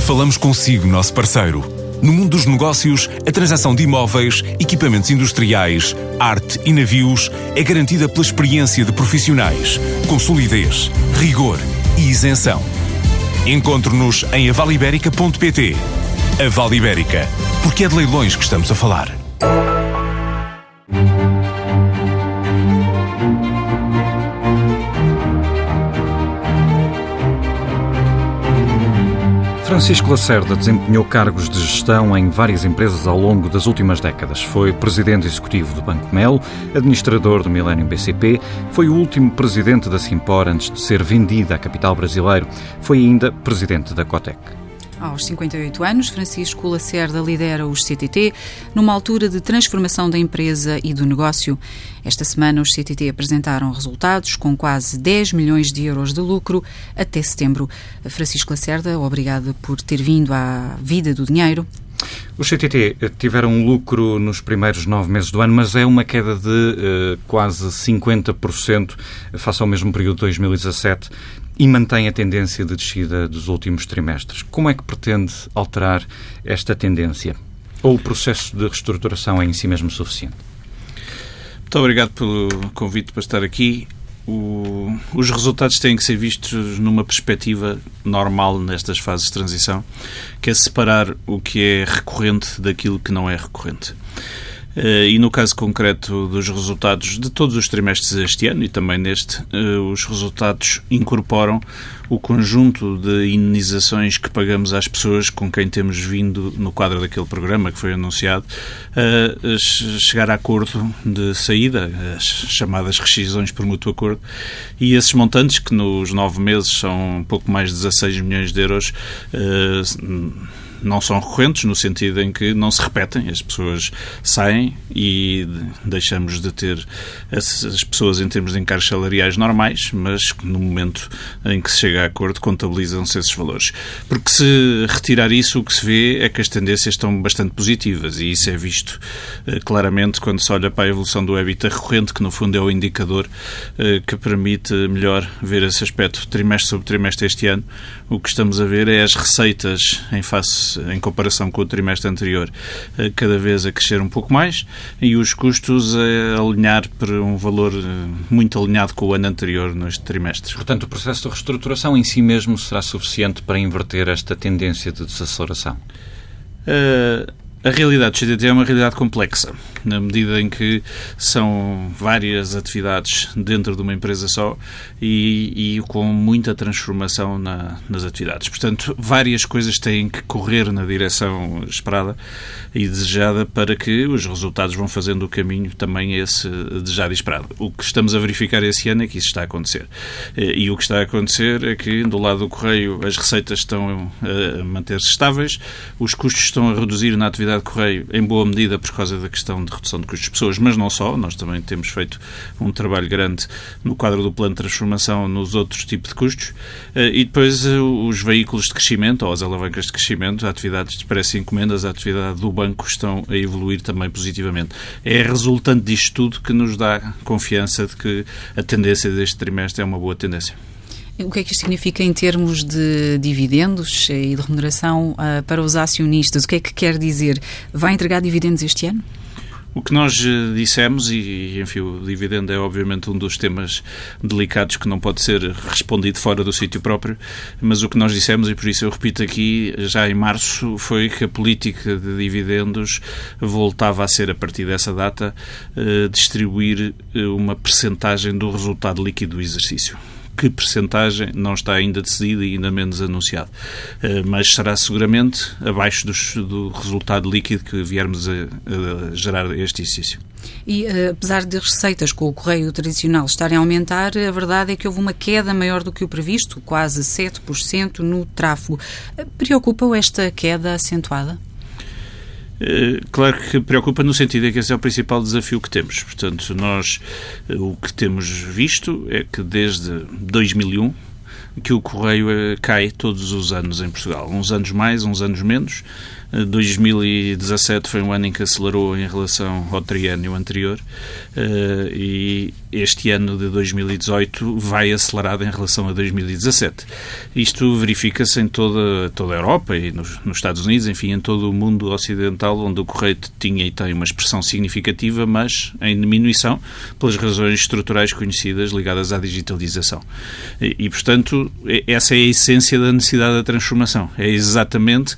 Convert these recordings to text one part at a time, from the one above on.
Falamos consigo, nosso parceiro. No mundo dos negócios, a transação de imóveis, equipamentos industriais, arte e navios é garantida pela experiência de profissionais, com solidez, rigor e isenção. Encontre-nos em avaliberica.pt. A Vale Ibérica, porque é de leilões que estamos a falar. Francisco Lacerda desempenhou cargos de gestão em várias empresas ao longo das últimas décadas. Foi presidente executivo do Banco Mel, administrador do Millennium BCP, foi o último presidente da Simpor antes de ser vendida à capital brasileiro. Foi ainda presidente da Cotec. Aos 58 anos, Francisco Lacerda lidera os CTT numa altura de transformação da empresa e do negócio. Esta semana, os CTT apresentaram resultados com quase 10 milhões de euros de lucro até setembro. Francisco Lacerda, obrigada por ter vindo à Vida do Dinheiro. Os CTT tiveram um lucro nos primeiros 9 meses do ano, mas é uma queda de quase 50% face ao mesmo período de 2017 e mantém a tendência de descida dos últimos trimestres. Como é que pretende alterar esta tendência? Ou o processo de reestruturação é em si mesmo suficiente? Muito obrigado pelo convite para estar aqui. Os resultados têm que ser vistos numa perspectiva normal nestas fases de transição, que é separar o que é recorrente daquilo que não é recorrente. E no caso concreto dos resultados de todos os trimestres deste ano e também neste, os resultados incorporam o conjunto de indenizações que pagamos às pessoas com quem temos vindo no quadro daquele programa que foi anunciado a chegar a acordo de saída, as chamadas rescisões por mútuo acordo, e esses montantes, que nos 9 meses são um pouco mais de 16 milhões de euros, não são recorrentes, no sentido em que não se repetem, as pessoas saem e deixamos de ter essas pessoas em termos de encargos salariais normais, mas no momento em que se chega a acordo contabilizam-se esses valores. Porque se retirar isso, o que se vê é que as tendências estão bastante positivas e isso é visto claramente quando se olha para a evolução do EBITDA recorrente, que no fundo é o indicador que permite melhor ver esse aspecto trimestre sobre trimestre este ano. O que estamos a ver é as receitas em comparação com o trimestre anterior, cada vez a crescer um pouco mais e os custos a alinhar para um valor muito alinhado com o ano anterior neste trimestre. Portanto, o processo de reestruturação em si mesmo será suficiente para inverter esta tendência de desaceleração? A realidade do CTT é uma realidade complexa, na medida em que são várias atividades dentro de uma empresa só e com muita transformação nas atividades. Portanto, várias coisas têm que correr na direção esperada e desejada para que os resultados vão fazendo o caminho também esse desejado e esperado. O que estamos a verificar esse ano é que isso está a acontecer. E o que está a acontecer é que, do lado do Correio, as receitas estão a manter-se estáveis, os custos estão a reduzir na atividade de Correio, em boa medida por causa da questão de redução de custos de pessoas, mas não só. Nós também temos feito um trabalho grande no quadro do plano de transformação nos outros tipos de custos. E depois os veículos de crescimento, ou as alavancas de crescimento, as atividades de preço e encomendas, a atividade do banco estão a evoluir também positivamente. É resultante disto tudo que nos dá confiança de que a tendência deste trimestre é uma boa tendência. O que é que isto significa em termos de dividendos e de remuneração para os acionistas? O que é que quer dizer? Vai entregar dividendos este ano? O que nós dissemos, e enfim, o dividendo é obviamente um dos temas delicados que não pode ser respondido fora do sítio próprio, mas o que nós dissemos, e por isso eu repito aqui, já em março, foi que a política de dividendos voltava a ser, a partir dessa data, distribuir uma percentagem do resultado líquido do exercício. Que percentagem não está ainda decidida e ainda menos anunciado. Mas será seguramente abaixo do resultado líquido que viermos a gerar este exercício. E apesar de as receitas com o correio tradicional estarem a aumentar, a verdade é que houve uma queda maior do que o previsto, quase 7% no tráfego. Preocupa-o esta queda acentuada? Claro que preocupa no sentido em que esse é o principal desafio que temos. Portanto, nós o que temos visto é que desde 2001 que o correio cai todos os anos em Portugal. Uns anos mais, uns anos menos, 2017 foi um ano em que acelerou em relação ao triênio anterior e este ano de 2018 vai acelerado em relação a 2017. Isto verifica-se em toda a Europa e nos Estados Unidos, enfim, em todo o mundo ocidental, onde o correio tinha e tem uma expressão significativa, mas em diminuição, pelas razões estruturais conhecidas ligadas à digitalização. E portanto, essa é a essência da necessidade da transformação. É exatamente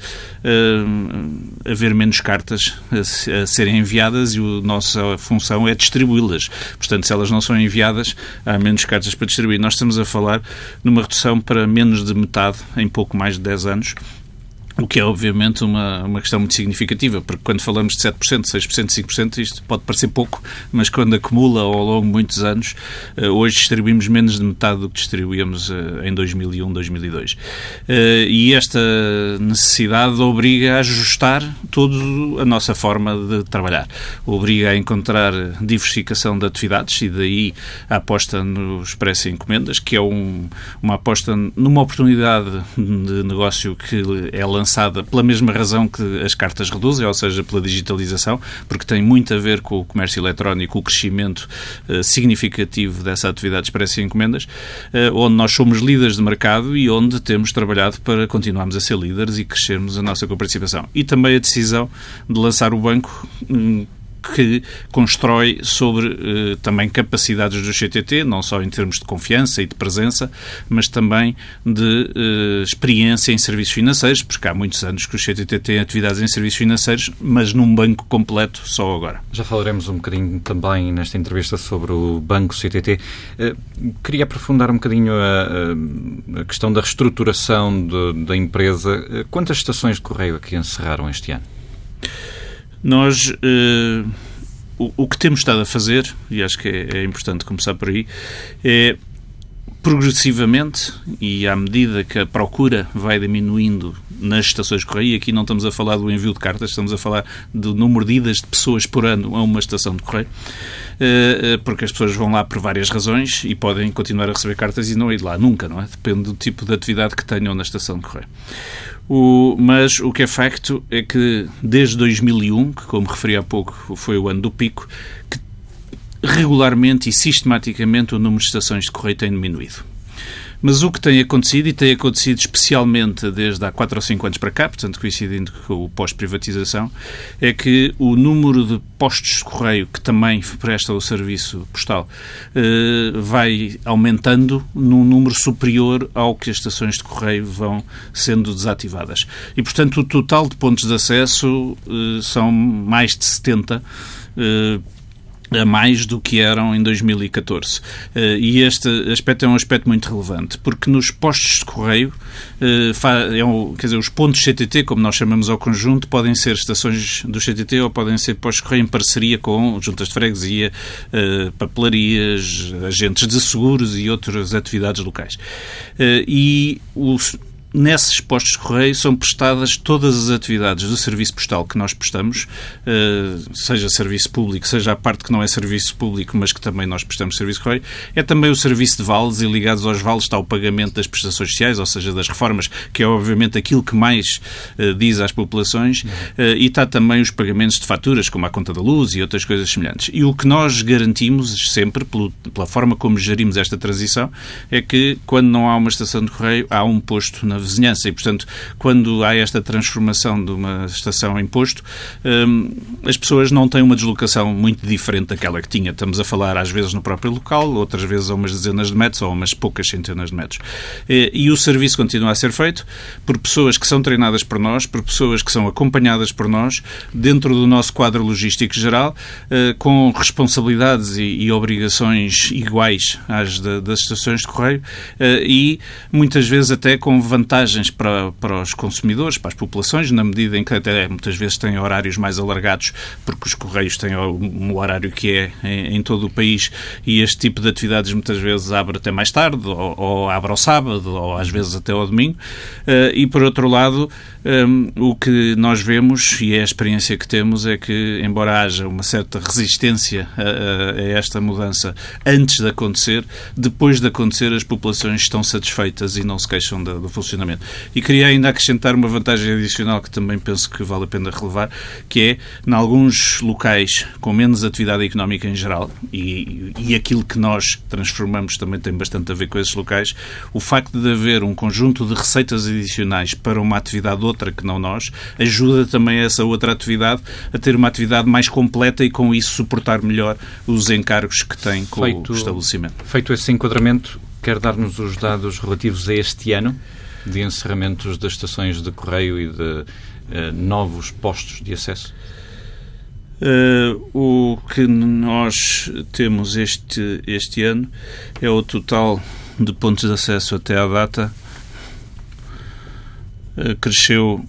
haver menos cartas a serem enviadas e a nossa função é distribuí-las. Portanto, se elas não são enviadas, há menos cartas para distribuir. Nós estamos a falar numa redução para menos de metade em pouco mais de 10 anos, o que é, obviamente, uma questão muito significativa, porque quando falamos de 7%, 6%, 5%, isto pode parecer pouco, mas quando acumula ao longo de muitos anos, hoje distribuímos menos de metade do que distribuíamos em 2001, 2002. E esta necessidade obriga a ajustar toda a nossa forma de trabalhar. Obriga a encontrar diversificação de atividades e daí a aposta no Expresso e Encomendas, que é uma aposta numa oportunidade de negócio que é lançada pela mesma razão que as cartas reduzem, ou seja, pela digitalização, porque tem muito a ver com o comércio eletrónico, o crescimento significativo dessa atividade de expresso e encomendas, onde nós somos líderes de mercado e onde temos trabalhado para continuarmos a ser líderes e crescermos a nossa participação. E também a decisão de lançar o banco que constrói sobre também capacidades do CTT, não só em termos de confiança e de presença, mas também de experiência em serviços financeiros, porque há muitos anos que o CTT tem atividades em serviços financeiros, mas num banco completo só agora. Já falaremos um bocadinho também nesta entrevista sobre o Banco CTT. Queria aprofundar um bocadinho a questão da reestruturação da empresa. Quantas estações de correio aqui encerraram este ano? Nós, o que temos estado a fazer, e acho que é importante começar por aí, é progressivamente e à medida que a procura vai diminuindo nas estações de correio, e aqui não estamos a falar do envio de cartas, estamos a falar do número de idas de pessoas por ano a uma estação de correio, porque as pessoas vão lá por várias razões e podem continuar a receber cartas e não ir lá nunca, não é? Depende do tipo de atividade que tenham na estação de correio. Mas o que é facto é que desde 2001, que como referi há pouco foi o ano do pico, que regularmente e sistematicamente o número de estações de correio tem diminuído. Mas o que tem acontecido, e tem acontecido especialmente desde há 4 ou 5 anos para cá, portanto coincidindo com o pós-privatização, é que o número de postos de correio que também prestam o serviço postal vai aumentando num número superior ao que as estações de correio vão sendo desativadas. E, portanto, o total de pontos de acesso são mais de 70 a mais do que eram em 2014. E este aspecto é um aspecto muito relevante, porque nos postos de correio, quer dizer, os pontos CTT, como nós chamamos ao conjunto, podem ser estações do CTT ou podem ser postos de correio em parceria com juntas de freguesia, papelarias, agentes de seguros e outras atividades locais. Nesses postos de correio são prestadas todas as atividades do serviço postal que nós prestamos, seja serviço público, seja a parte que não é serviço público, mas que também nós prestamos serviço de correio. É também o serviço de vales, e ligados aos vales está o pagamento das prestações sociais, ou seja, das reformas, que é obviamente aquilo que mais diz às populações, e está também os pagamentos de faturas, como a conta da luz e outras coisas semelhantes. E o que nós garantimos sempre, pela forma como gerimos esta transição, é que quando não há uma estação de correio, há um posto na vizinhança e, portanto, quando há esta transformação de uma estação em posto, as pessoas não têm uma deslocação muito diferente daquela que tinha. Estamos a falar, às vezes, no próprio local, outras vezes a umas dezenas de metros ou a umas poucas centenas de metros. E o serviço continua a ser feito por pessoas que são treinadas por nós, por pessoas que são acompanhadas por nós, dentro do nosso quadro logístico geral, com responsabilidades e obrigações iguais às das estações de correio e, muitas vezes, até com vantagens para os consumidores, para as populações, na medida em que até muitas vezes têm horários mais alargados, porque os correios têm um horário que é em todo o país e este tipo de atividades muitas vezes abre até mais tarde, ou abre ao sábado, ou às vezes até ao domingo. E, por outro lado, o que nós vemos, e é a experiência que temos, é que, embora haja uma certa resistência a esta mudança antes de acontecer, depois de acontecer as populações estão satisfeitas e não se queixam do funcionamento funcionamento. E queria ainda acrescentar uma vantagem adicional que também penso que vale a pena relevar, que é, em alguns locais com menos atividade económica em geral, e aquilo que nós transformamos também tem bastante a ver com esses locais, o facto de haver um conjunto de receitas adicionais para uma atividade outra que não nós, ajuda também essa outra atividade a ter uma atividade mais completa e com isso suportar melhor os encargos que tem com o estabelecimento. Feito esse enquadramento, quer dar-nos os dados relativos a este ano de encerramentos das estações de correio e de novos postos de acesso? O que nós temos este ano é o total de pontos de acesso até à data. Cresceu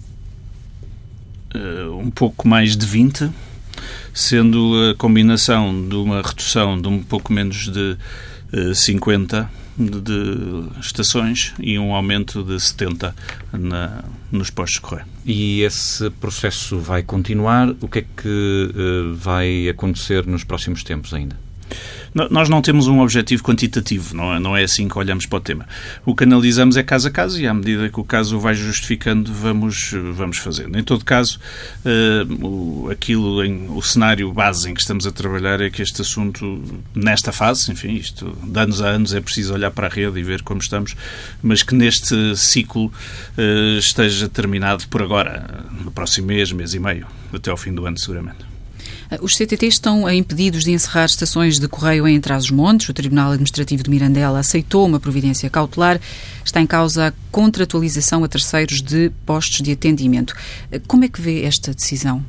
um pouco mais de 20, sendo a combinação de uma redução de um pouco menos de 50 de estações e um aumento de 70 nos postos de correio. E esse processo vai continuar? O que é que vai acontecer nos próximos tempos ainda? Nós não temos um objetivo quantitativo, não é assim que olhamos para o tema. O que analisamos é caso a caso e, à medida que o caso vai justificando, vamos fazendo. Em todo caso, o cenário base em que estamos a trabalhar é que este assunto, nesta fase, enfim, isto de anos a anos é preciso olhar para a rede e ver como estamos, mas que neste ciclo esteja terminado por agora, no próximo mês e meio, até ao fim do ano, seguramente. Os CTT estão impedidos de encerrar estações de correio em Trás-os-Montes. O Tribunal Administrativo de Mirandela aceitou uma providência cautelar. Está em causa a contratualização a terceiros de postos de atendimento. Como é que vê esta decisão?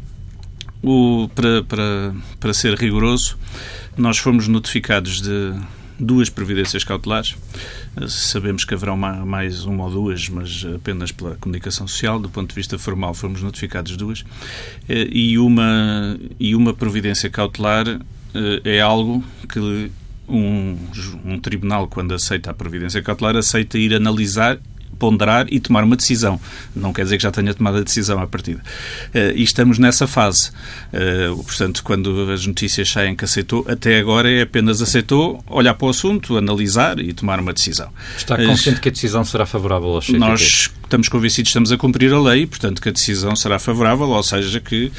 Para ser rigoroso, nós fomos notificados de 2 providências cautelares. Sabemos que haverão mais uma ou 2, mas apenas pela comunicação social. Do ponto de vista formal, fomos notificados 2. E uma providência cautelar é algo que um tribunal, quando aceita a providência cautelar, aceita ir analisar, ponderar e tomar uma decisão. Não quer dizer que já tenha tomado a decisão à partida. E estamos nessa fase. Portanto, quando as notícias saem que aceitou, até agora é apenas aceitou, olhar para o assunto, analisar e tomar uma decisão. Está consciente que a decisão será favorável aos CTT? Nós estamos convencidos que estamos a cumprir a lei, portanto, que a decisão será favorável, ou seja, que,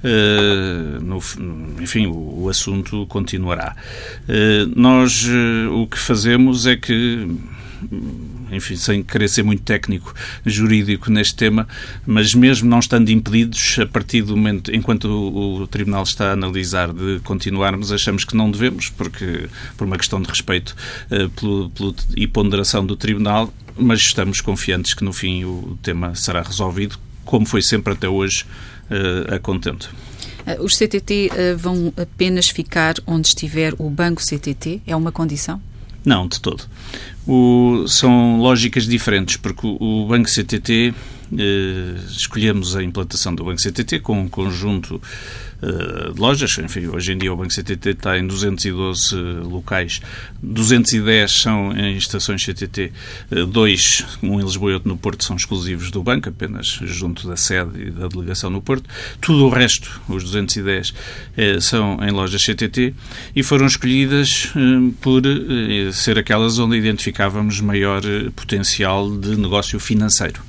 enfim, o assunto continuará. Nós o que fazemos é que, enfim, sem querer ser muito técnico, jurídico neste tema, mas mesmo não estando impedidos, a partir do momento, enquanto o Tribunal está a analisar de continuarmos, achamos que não devemos, porque por uma questão de respeito e ponderação do Tribunal, mas estamos confiantes que no fim o tema será resolvido, como foi sempre até hoje, a contento. Os CTT vão apenas ficar onde estiver o Banco CTT? É uma condição? Não, de todo. São lógicas diferentes, porque o Banco CTT, escolhemos a implantação do Banco CTT com um conjunto de lojas. Enfim, hoje em dia o Banco CTT está em 212 locais, 210 são em estações CTT, 2, um em Lisboa e outro no Porto, são exclusivos do banco, apenas junto da sede e da delegação no Porto. Tudo o resto, os 210, são em lojas CTT e foram escolhidas por ser aquelas onde identificávamos maior potencial de negócio financeiro.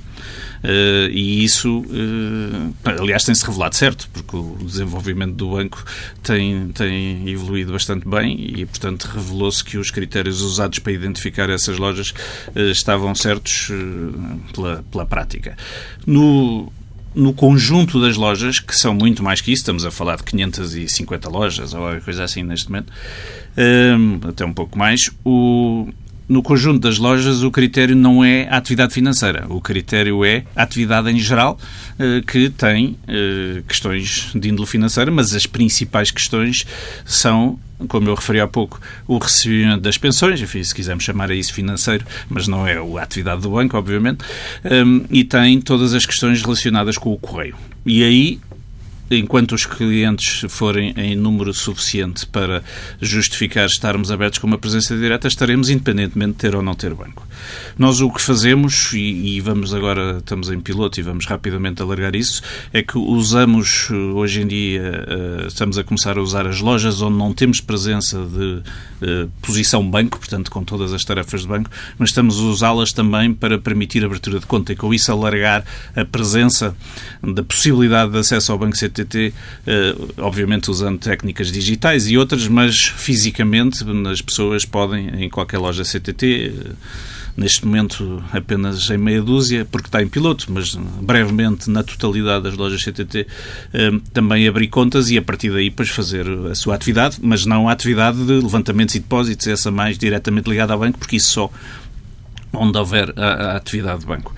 E isso, aliás, tem-se revelado certo, porque o desenvolvimento do banco tem evoluído bastante bem e, portanto, revelou-se que os critérios usados para identificar essas lojas estavam certos pela prática. No conjunto das lojas, que são muito mais que isso, estamos a falar de 550 lojas ou alguma coisa assim neste momento, até um pouco mais, no conjunto das lojas, o critério não é a atividade financeira. O critério é a atividade em geral, que tem questões de índole financeira, mas as principais questões são, como eu referi há pouco, o recebimento das pensões, enfim, se quisermos chamar a isso financeiro, mas não é a atividade do banco, obviamente, e tem todas as questões relacionadas com o correio. E aí enquanto os clientes forem em número suficiente para justificar estarmos abertos com uma presença direta, estaremos independentemente de ter ou não ter banco. Nós o que fazemos, e vamos agora, estamos em piloto e vamos rapidamente alargar isso, é que usamos, hoje em dia, estamos a começar a usar as lojas onde não temos presença de posição banco, portanto com todas as tarefas de banco, mas estamos a usá-las também para permitir a abertura de conta e com isso alargar a presença da possibilidade de acesso ao Banco CTT, obviamente usando técnicas digitais e outras, mas fisicamente as pessoas podem, em qualquer loja CTT, neste momento apenas em meia dúzia, porque está em piloto, mas brevemente na totalidade das lojas CTT, também abrir contas e a partir daí depois fazer a sua atividade, mas não a atividade de levantamentos e depósitos, essa mais diretamente ligada ao banco, porque isso só onde houver a atividade de banco.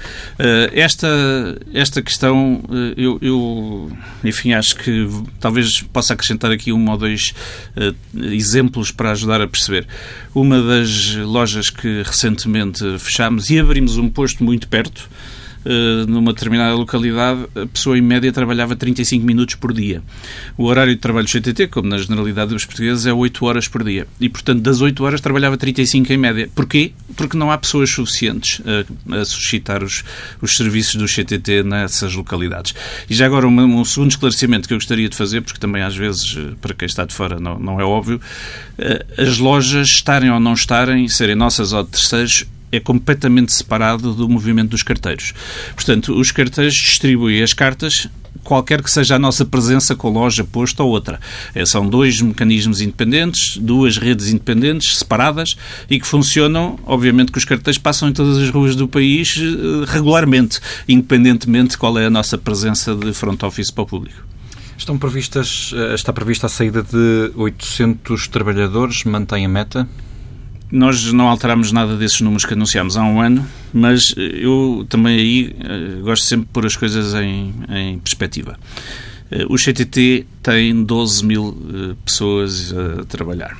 Esta questão, enfim, acho que talvez possa acrescentar aqui um ou dois exemplos para ajudar a perceber. Uma das lojas que recentemente fechámos e abrimos um posto muito perto, numa determinada localidade, a pessoa em média trabalhava 35 minutos por dia. O horário de trabalho do CTT, como na generalidade dos portugueses, é 8 horas por dia. E, portanto, das 8 horas trabalhava 35 em média. Porquê? Porque não há pessoas suficientes a suscitar os serviços do CTT nessas localidades. E já agora um segundo esclarecimento que eu gostaria de fazer, porque também às vezes, para quem está de fora, não é óbvio, as lojas, estarem ou não estarem, serem nossas ou de terceiros, é completamente separado do movimento dos carteiros. Portanto, os carteiros distribuem as cartas, qualquer que seja a nossa presença com loja, posto ou outra. São dois mecanismos independentes, duas redes independentes, separadas, e que funcionam, obviamente que os carteiros passam em todas as ruas do país regularmente, independentemente de qual é a nossa presença de front office para o público. Está prevista a saída de 800 trabalhadores, mantém a meta? Nós não alterámos nada desses números que anunciámos há um ano, mas eu também aí gosto sempre de pôr as coisas em perspectiva. O CTT tem 12 mil pessoas a trabalhar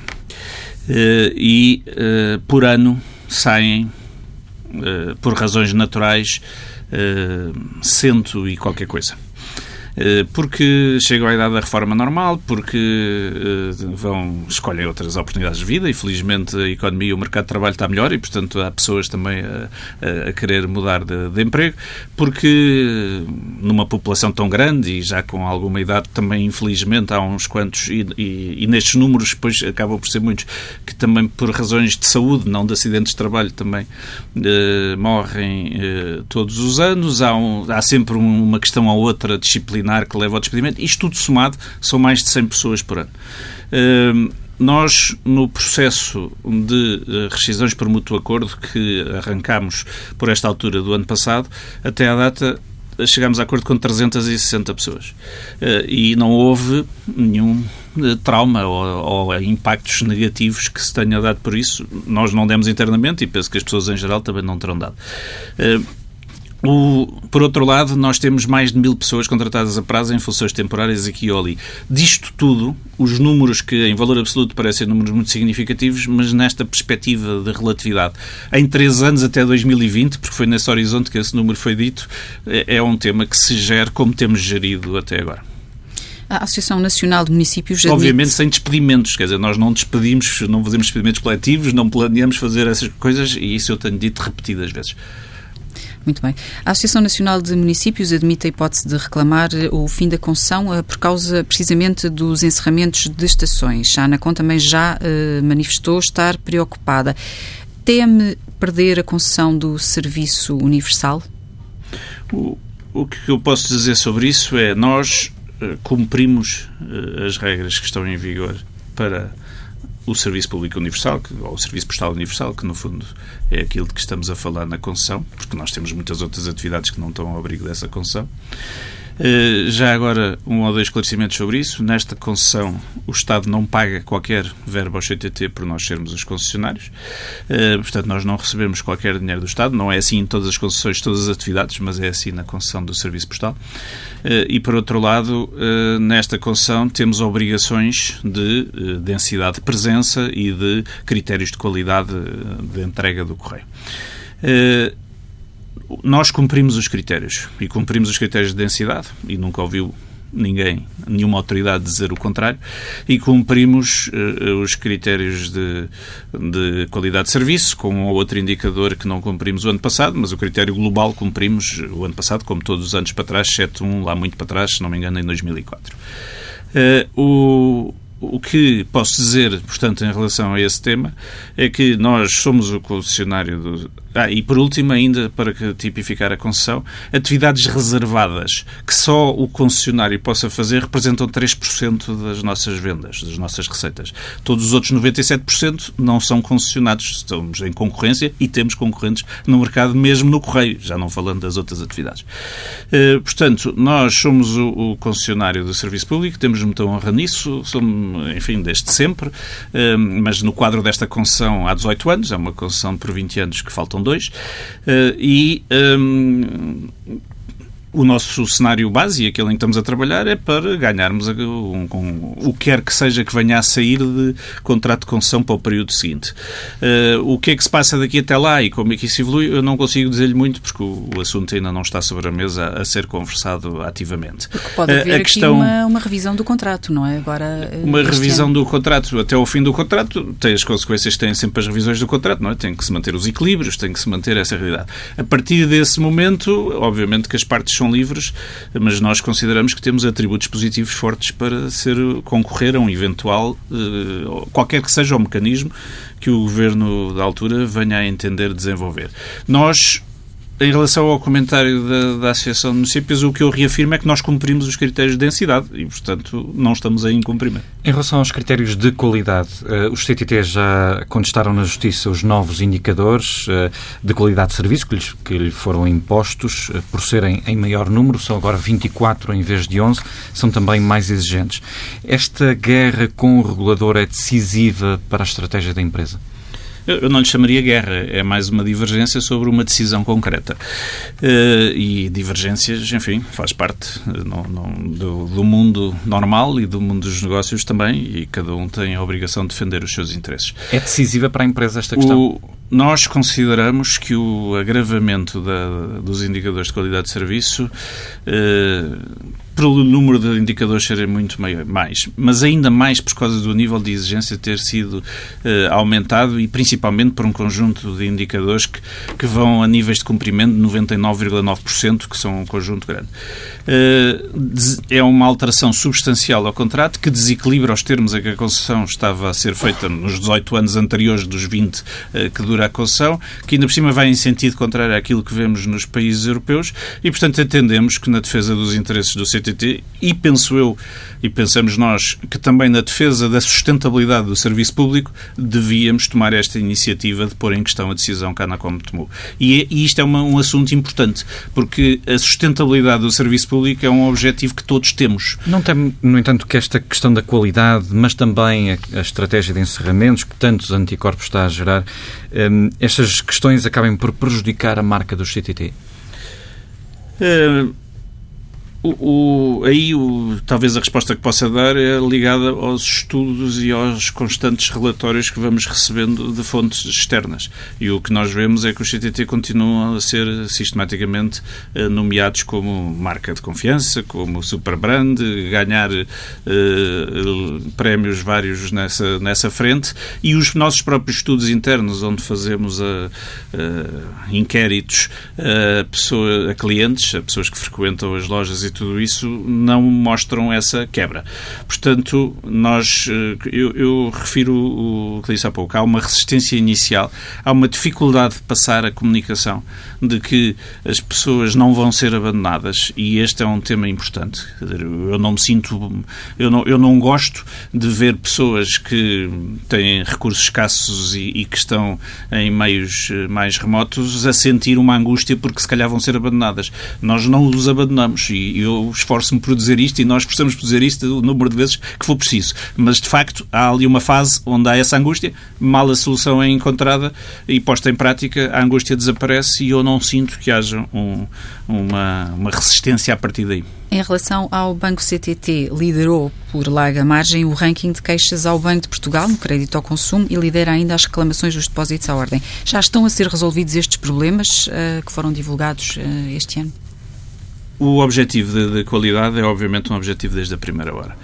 e por ano saem, por razões naturais, 100 e qualquer coisa. Porque chegam à idade da reforma normal, porque escolhem outras oportunidades de vida e felizmente a economia e o mercado de trabalho está melhor e portanto há pessoas também a querer mudar de emprego, porque numa população tão grande e já com alguma idade também infelizmente há uns quantos e nestes números depois acabam por ser muitos que também por razões de saúde, não de acidentes de trabalho também morrem todos os anos, há sempre uma questão ou outra disciplinar que leva ao despedimento. Isto tudo somado são mais de 100 pessoas por ano. Nós, no processo de rescisões por mútuo acordo que arrancámos por esta altura do ano passado, até à data chegámos a acordo com 360 pessoas. E não houve nenhum trauma ou impactos negativos que se tenha dado por isso. Nós não demos internamente e penso que as pessoas em geral também não terão dado. Por outro lado, nós temos mais de 1000 pessoas contratadas a prazo em funções temporárias aqui ou ali. Disto tudo, os números que em valor absoluto parecem números muito significativos, mas nesta perspectiva de relatividade, em 3 anos até 2020, porque foi nesse horizonte que esse número foi dito, é um tema que se gere como temos gerido até agora. A Associação Nacional de Municípios admite... Obviamente sem despedimentos, quer dizer, nós não despedimos, não fazemos despedimentos coletivos, não planeamos fazer essas coisas e isso eu tenho dito repetidas vezes. Muito bem. A Associação Nacional de Municípios admite a hipótese de reclamar o fim da concessão por causa, precisamente, dos encerramentos de estações. A ANACOM também já manifestou estar preocupada. Teme perder a concessão do Serviço Universal? O que eu posso dizer sobre isso é nós cumprimos as regras que estão em vigor para o Serviço Público Universal, ou o Serviço Postal Universal, que no fundo é aquilo de que estamos a falar na concessão, porque nós temos muitas outras atividades que não estão ao abrigo dessa concessão. Já agora, um ou dois esclarecimentos sobre isso. Nesta concessão, o Estado não paga qualquer verba ao CTT por nós sermos os concessionários. Portanto, nós não recebemos qualquer dinheiro do Estado. Não é assim em todas as concessões, todas as atividades, mas é assim na concessão do Serviço Postal. E, por outro lado, nesta concessão temos obrigações de densidade de presença e de critérios de qualidade de entrega do correio. Nós cumprimos os critérios e cumprimos os critérios de densidade e nunca ouviu nenhuma autoridade dizer o contrário, e cumprimos os critérios de qualidade de serviço, com um ou outro indicador que não cumprimos o ano passado, mas o critério global cumprimos o ano passado, como todos os anos para trás, exceto lá muito para trás, se não me engano, em 2004. O que posso dizer, portanto, em relação a esse tema, é que nós somos o concessionário do... e por último, ainda, para tipificar a concessão, atividades reservadas que só o concessionário possa fazer representam 3% das nossas vendas, das nossas receitas. Todos os outros 97% não são concessionados. Estamos em concorrência e temos concorrentes no mercado, mesmo no correio, já não falando das outras atividades. Portanto, nós somos o concessionário do serviço público, temos muita honra nisso, somos, enfim, desde sempre, mas no quadro desta concessão há 18 anos, é uma concessão por 20 anos que faltam 2, o nosso cenário base, aquele em que estamos a trabalhar, é para ganharmos o que quer que seja que venha a sair de contrato de concessão para o período seguinte. O que é que se passa daqui até lá e como é que isso evolui, eu não consigo dizer-lhe muito, porque o assunto ainda não está sobre a mesa a ser conversado ativamente. Porque pode haver aqui uma revisão do contrato, não é? Agora, uma revisão do contrato até ao fim do contrato tem as consequências que têm sempre as revisões do contrato, não é? Tem que se manter os equilíbrios, tem que se manter essa realidade. A partir desse momento, obviamente que as partes são livres, mas nós consideramos que temos atributos positivos fortes para concorrer a um eventual, qualquer que seja o mecanismo que o Governo da altura venha a entender desenvolver. Nós, em relação ao comentário da Associação de Municípios, o que eu reafirmo é que nós cumprimos os critérios de densidade e, portanto, não estamos em incumprimento. Em relação aos critérios de qualidade, os CTT já contestaram na Justiça os novos indicadores de qualidade de serviço que lhe foram impostos, por serem em maior número, são agora 24 em vez de 11, são também mais exigentes. Esta guerra com o regulador é decisiva para a estratégia da empresa? Eu não lhe chamaria guerra, é mais uma divergência sobre uma decisão concreta. E divergências, enfim, faz parte do mundo normal e do mundo dos negócios também, e cada um tem a obrigação de defender os seus interesses. É decisiva para a empresa esta questão? Nós consideramos que o agravamento dos indicadores de qualidade de serviço, pelo número de indicadores serem muito mais, mas ainda mais por causa do nível de exigência ter sido aumentado e principalmente por um conjunto de indicadores que vão a níveis de cumprimento de 99,9%, que são um conjunto grande. É uma alteração substancial ao contrato que desequilibra os termos em que a concessão estava a ser feita nos 18 anos anteriores dos 20 que dura a concessão, que ainda por cima vai em sentido contrário àquilo que vemos nos países europeus e, portanto, entendemos que na defesa dos interesses do CTT e penso eu, e pensamos nós, que também na defesa da sustentabilidade do serviço público devíamos tomar esta iniciativa de pôr em questão a decisão que a ANACOM tomou. E isto é um assunto importante, porque a sustentabilidade do serviço público é um objetivo que todos temos. Não tem, no entanto, que esta questão da qualidade, mas também a estratégia de encerramentos que tantos anticorpos está a gerar, estas questões acabem por prejudicar a marca do CTT? Talvez a resposta que possa dar é ligada aos estudos e aos constantes relatórios que vamos recebendo de fontes externas. E o que nós vemos é que os CTT continuam a ser sistematicamente nomeados como marca de confiança, como superbrand, ganhar prémios vários nessa frente, e os nossos próprios estudos internos, onde fazemos inquéritos a clientes, a pessoas que frequentam as lojas e tudo isso, não mostram essa quebra. Portanto, eu refiro o que disse há pouco. Há uma resistência inicial, há uma dificuldade de passar a comunicação de que as pessoas não vão ser abandonadas, e este é um tema importante. Eu não me sinto... Eu não gosto de ver pessoas que têm recursos escassos e que estão em meios mais remotos a sentir uma angústia porque se calhar vão ser abandonadas. Nós não os abandonamos, e eu esforço-me por dizer isto e nós precisamos dizer isto o número de vezes que for preciso. Mas, de facto, há ali uma fase onde há essa angústia, mal a solução é encontrada e posta em prática, a angústia desaparece e eu não sinto que haja uma resistência a partir daí. Em relação ao Banco CTT, liderou por larga margem o ranking de queixas ao Banco de Portugal no crédito ao consumo e lidera ainda as reclamações dos depósitos à ordem. Já estão a ser resolvidos estes problemas que foram divulgados este ano? O objetivo de qualidade é, obviamente, um objetivo desde a primeira hora.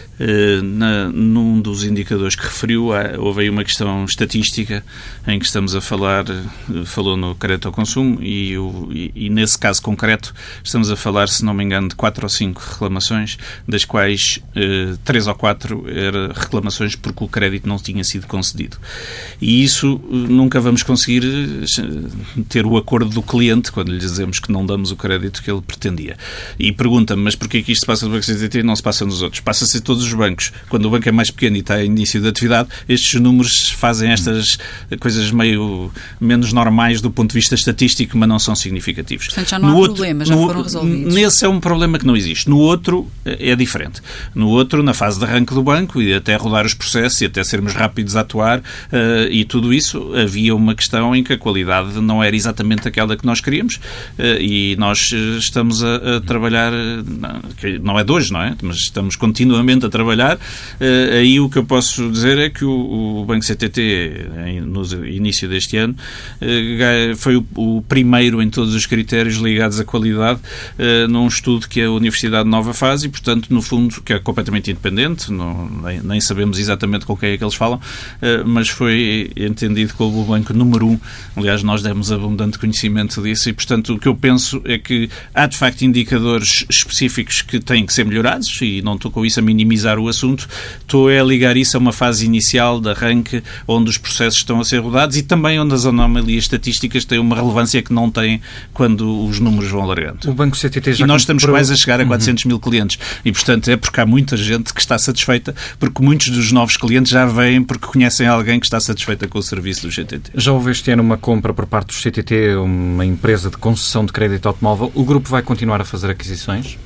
Num dos indicadores que referiu, houve aí uma questão estatística em que estamos a falar, falou no crédito ao consumo e nesse caso concreto estamos a falar, se não me engano, de 4 ou 5 reclamações, das quais 3 ou 4 eram reclamações porque o crédito não tinha sido concedido. E isso nunca vamos conseguir ter o acordo do cliente quando lhe dizemos que não damos o crédito que ele pretendia. E pergunta-me, mas porquê que isto se passa no Banco CTT e não se passa nos outros? Passa-se todos os bancos. Quando o banco é mais pequeno e está em início de atividade, estes números fazem estas coisas meio menos normais do ponto de vista estatístico, mas não são significativos. Portanto, já não há problema, já foram resolvidos. Nesse é um problema que não existe. No outro é diferente. No outro, na fase de arranque do banco e até rodar os processos e até sermos rápidos a atuar e tudo isso, havia uma questão em que a qualidade não era exatamente aquela que nós queríamos e nós estamos a trabalhar, não é de hoje, não é? Mas estamos continuamente a trabalhar. Aí o que eu posso dizer é que o Banco CTT, no início deste ano, foi o primeiro em todos os critérios ligados à qualidade num estudo que a Universidade Nova faz e, portanto, no fundo, que é completamente independente, nem sabemos exatamente com quem é que eles falam, mas foi entendido como o banco número 1. Aliás, nós demos abundante conhecimento disso e, portanto, o que eu penso é que há, de facto, indicadores específicos que têm que ser melhorados e não estou com isso a minimizar o assunto, estou a ligar isso a uma fase inicial de arranque onde os processos estão a ser rodados e também onde as anomalias estatísticas têm uma relevância que não têm quando os números vão alargando. O Banco CTT já e nós estamos quase a chegar a 400 mil clientes e, portanto, é porque há muita gente que está satisfeita, porque muitos dos novos clientes já vêm porque conhecem alguém que está satisfeita com o serviço do CTT. Já houve este ano uma compra por parte do CTT, uma empresa de concessão de crédito automóvel. O grupo vai continuar a fazer aquisições?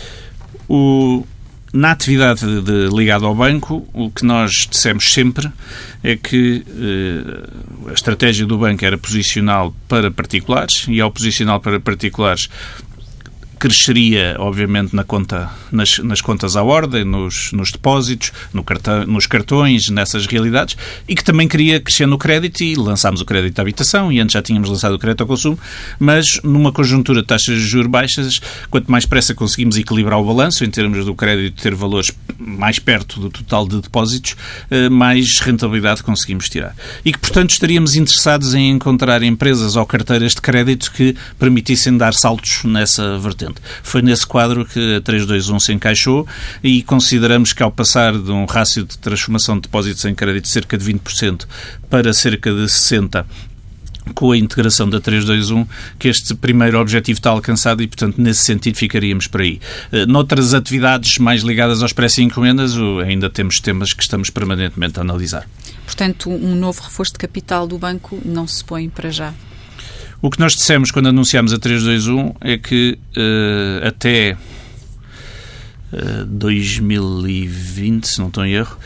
Na atividade ligada ao banco, o que nós dissemos sempre é que a estratégia do banco era posicioná-lo para particulares e, ao posicioná-lo para particulares, cresceria, obviamente, nas contas à ordem, nos depósitos, nos cartões, nessas realidades, e que também queria crescer no crédito e lançámos o crédito à habitação e antes já tínhamos lançado o crédito ao consumo, mas numa conjuntura de taxas de juros baixas, quanto mais pressa conseguimos equilibrar o balanço, em termos do crédito ter valores mais perto do total de depósitos, mais rentabilidade conseguimos tirar. E que, portanto, estaríamos interessados em encontrar empresas ou carteiras de crédito que permitissem dar saltos nessa vertente. Foi nesse quadro que a 321 se encaixou e consideramos que, ao passar de um rácio de transformação de depósitos em crédito de cerca de 20% para cerca de 60%, com a integração da 321, que este primeiro objetivo está alcançado e, portanto, nesse sentido ficaríamos por aí. Noutras atividades mais ligadas aos preços e encomendas, ainda temos temas que estamos permanentemente a analisar. Portanto, um novo reforço de capital do banco não se põe para já? O que nós dissemos quando anunciámos a 321 é que até 2020, se não estou em erro,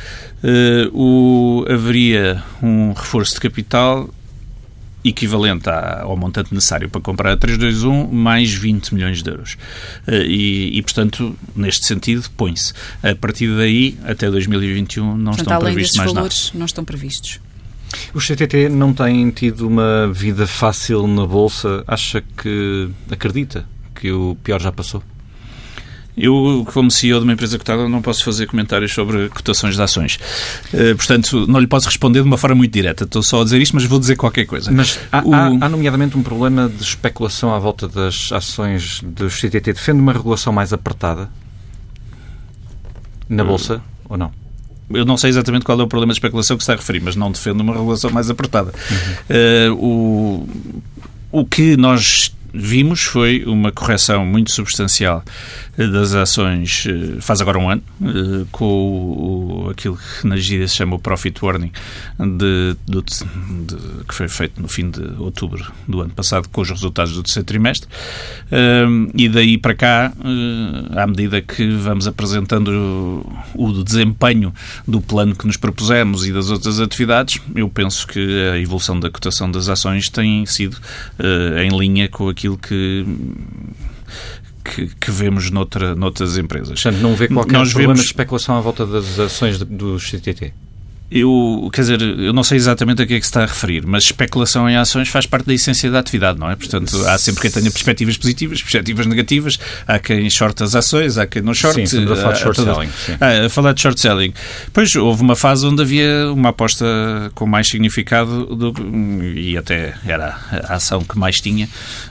haveria um reforço de capital equivalente ao montante necessário para comprar a 321 mais 20 milhões de euros. E portanto, neste sentido, põe-se. A partir daí, até 2021, não estão previstos mais nada. Além desses valores, não estão previstos. Os CTT não têm tido uma vida fácil na Bolsa. Acredita que o pior já passou? Eu, como CEO de uma empresa cotada, não posso fazer comentários sobre cotações de ações. Portanto, não lhe posso responder de uma forma muito direta. Estou só a dizer isto, mas vou dizer qualquer coisa. Mas há nomeadamente um problema de especulação à volta das ações dos CTT. Defende uma regulação mais apertada na Bolsa ou não? Eu não sei exatamente qual é o problema de especulação que se está a referir, mas não defendo uma regulação mais apertada. O que nós vimos foi uma correção muito substancial das ações, faz agora um ano, com aquilo que na gíria se chama o profit warning, que foi feito no fim de outubro do ano passado, com os resultados do terceiro trimestre. E daí para cá, à medida que vamos apresentando o desempenho do plano que nos propusemos e das outras atividades, eu penso que a evolução da cotação das ações tem sido em linha com aquilo que vemos noutras empresas. Portanto, não vê qualquer problema de especulação à volta das ações dos CTT? Eu não sei exatamente a que é que se está a referir, mas especulação em ações faz parte da essência da atividade, não é? Portanto, há sempre quem tenha perspectivas positivas, perspectivas negativas, há quem short as ações, há quem não short. Sim, estamos a falar de short selling. A falar de short selling. Pois, houve uma fase onde havia uma aposta com mais significado, e até era a ação que mais tinha,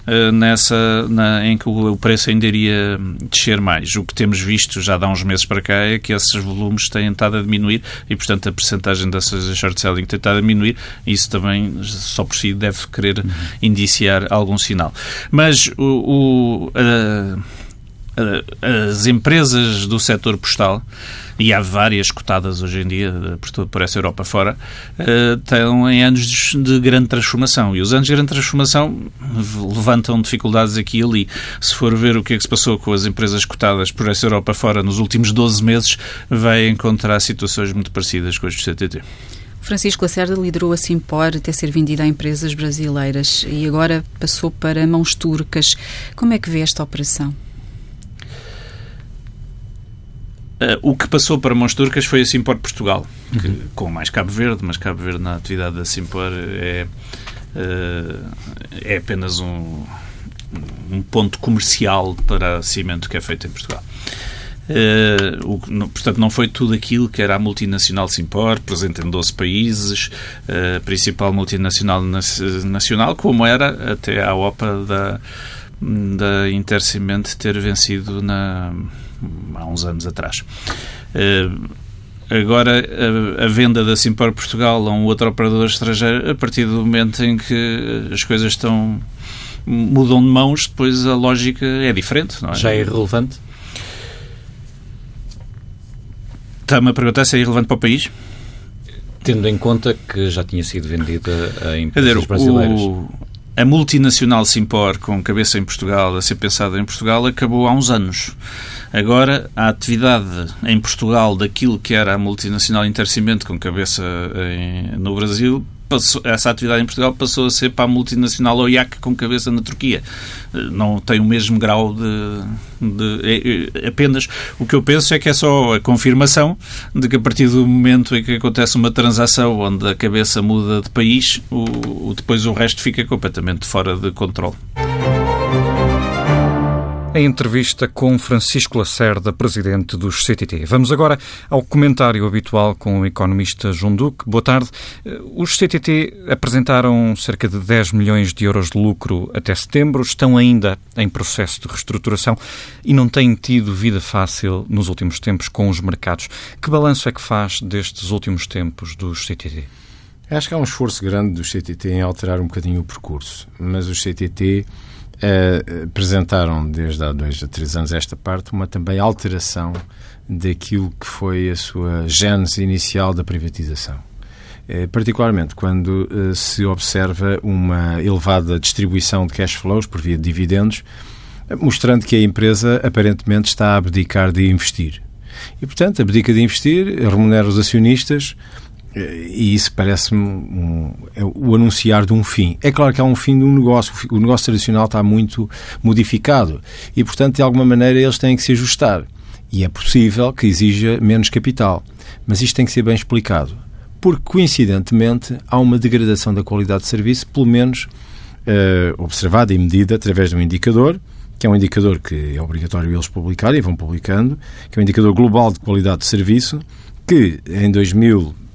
em que o preço ainda iria descer mais. O que temos visto já há uns meses para cá é que esses volumes têm estado a diminuir e, portanto, a percentagem de ações de short selling tem estado a diminuir. Isso também, só por si, deve querer indiciar algum sinal. Mas as empresas do setor postal, e há várias cotadas hoje em dia por essa Europa fora, estão em anos de grande transformação. E os anos de grande transformação levantam dificuldades aqui e ali. Se for ver o que é que se passou com as empresas cotadas por essa Europa fora nos últimos 12 meses, vai encontrar situações muito parecidas com as do CTT. Francisco Lacerda liderou a Simpor até ser vendida a empresas brasileiras e agora passou para mãos turcas. Como é que vê esta operação? O que passou para mãos turcas foi a Simpor Portugal, com mais Cabo Verde, mas Cabo Verde na atividade da Simpor é apenas um ponto comercial para cimento que é feito em Portugal. Portanto, não foi tudo aquilo que era a multinacional Simpor, presente em 12 países, a principal multinacional nacional, como era até a OPA da Intercement ter vencido há uns anos atrás. Agora, a venda da Simpor Portugal a um outro operador estrangeiro, a partir do momento em que as coisas mudam de mãos, depois a lógica é diferente, não é? Já é irrelevante? Está-me a perguntar se é irrelevante para o país? Tendo em conta que já tinha sido vendida a empresas brasileiras. A multinacional Simpor, com cabeça em Portugal, a ser pensada em Portugal, acabou há uns anos. Agora, a atividade em Portugal daquilo que era a multinacional Intercement, com cabeça no Brasil, essa atividade em Portugal passou a ser para a multinacional OIAC, com cabeça na Turquia. Não tem o mesmo grau apenas o que eu penso é que é só a confirmação de que a partir do momento em que acontece uma transação onde a cabeça muda de país, depois o resto fica completamente fora de controle. A entrevista com Francisco Lacerda, presidente dos CTT. Vamos agora ao comentário habitual com o economista João Duque. Boa tarde. Os CTT apresentaram cerca de 10 milhões de euros de lucro até setembro, estão ainda em processo de reestruturação e não têm tido vida fácil nos últimos tempos com os mercados. Que balanço é que faz destes últimos tempos dos CTT? Acho que há um esforço grande dos CTT em alterar um bocadinho o percurso, mas os CTT apresentaram desde há 2 a 3 anos esta parte uma também alteração daquilo que foi a sua gênese inicial da privatização. Particularmente quando se observa uma elevada distribuição de cash flows por via de dividendos, mostrando que a empresa aparentemente está a abdicar de investir. E, portanto, abdica de investir, remunera os acionistas. E isso parece-me o anunciar de um fim. É claro que há um fim de um negócio. O negócio tradicional está muito modificado e, portanto, de alguma maneira eles têm que se ajustar. E é possível que exija menos capital. Mas isto tem que ser bem explicado. Porque, coincidentemente, há uma degradação da qualidade de serviço, pelo menos observada e medida através de um indicador, que é um indicador que é obrigatório eles publicarem e vão publicando, que é um indicador global de qualidade de serviço, que em 2013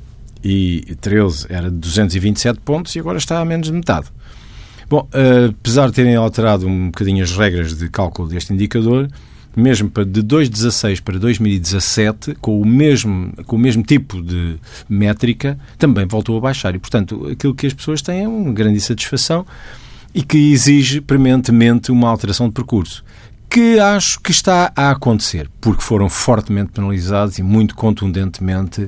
era de 227 pontos e agora está a menos de metade. Bom, apesar de terem alterado um bocadinho as regras de cálculo deste indicador, mesmo de 2016 para 2017, com o mesmo tipo de métrica, também voltou a baixar. E, portanto, aquilo que as pessoas têm é uma grande insatisfação e que exige prementemente uma alteração de percurso, que acho que está a acontecer, porque foram fortemente penalizados e muito contundentemente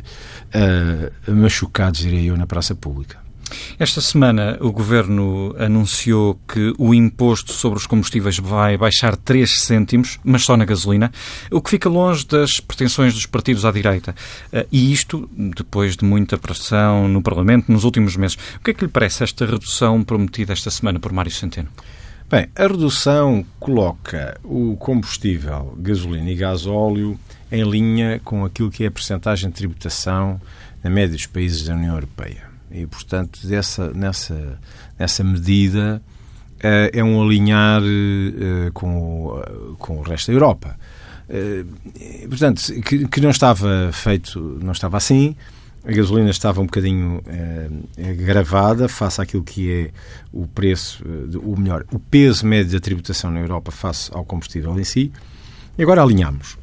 machucados, diria eu, na praça pública. Esta semana o Governo anunciou que o imposto sobre os combustíveis vai baixar 3 cêntimos, mas só na gasolina, o que fica longe das pretensões dos partidos à direita. E isto depois de muita pressão no Parlamento nos últimos meses. O que é que lhe parece esta redução prometida esta semana por Mário Centeno? Bem, a redução coloca o combustível, gasolina e gasóleo em linha com aquilo que é a percentagem de tributação na média dos países da União Europeia. E, portanto, nessa medida é um alinhar com o resto da Europa. Portanto, que não estava feito, não estava assim. A gasolina estava um bocadinho agravada face àquilo que é o preço, o peso médio da tributação na Europa face ao combustível em si. E agora alinhamos.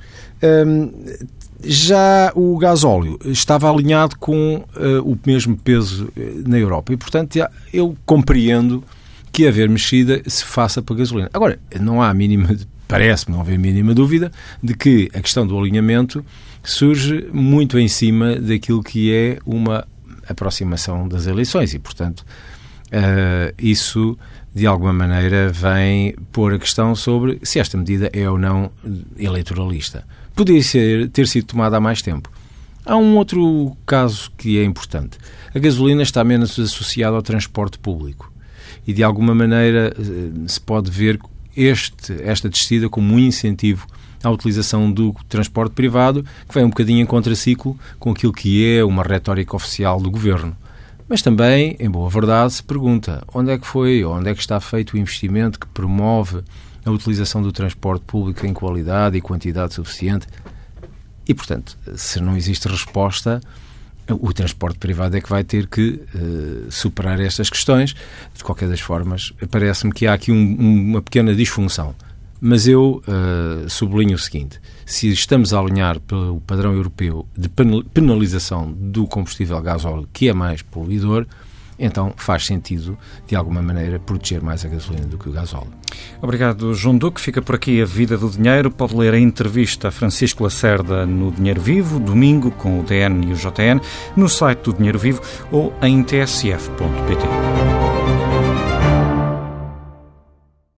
Já o gasóleo estava alinhado com o mesmo peso na Europa e, portanto, eu compreendo que haver mexida se faça para a gasolina. Agora, não há parece-me não haver mínima dúvida de que a questão do alinhamento surge muito em cima daquilo que é uma aproximação das eleições e, portanto, isso, de alguma maneira, vem pôr a questão sobre se esta medida é ou não eleitoralista. Poderia ter sido tomada há mais tempo. Há um outro caso que é importante. A gasolina está menos associada ao transporte público e, de alguma maneira, se pode ver esta descida como um incentivo à utilização do transporte privado, que vem um bocadinho em contraciclo com aquilo que é uma retórica oficial do Governo. Mas também, em boa verdade, se pergunta onde é que está feito o investimento que promove a utilização do transporte público em qualidade e quantidade suficiente. E, portanto, se não existe resposta, o transporte privado é que vai ter que superar estas questões. De qualquer das formas, parece-me que há aqui uma pequena disfunção. Mas eu sublinho o seguinte: se estamos a alinhar pelo padrão europeu de penalização do combustível gasóleo, que é mais poluidor, então faz sentido, de alguma maneira, proteger mais a gasolina do que o gasóleo. Obrigado, João Duque. Fica por aqui a Vida do Dinheiro. Pode ler a entrevista a Francisco Lacerda no Dinheiro Vivo, domingo, com o DN e o JN, no site do Dinheiro Vivo ou em tsf.pt.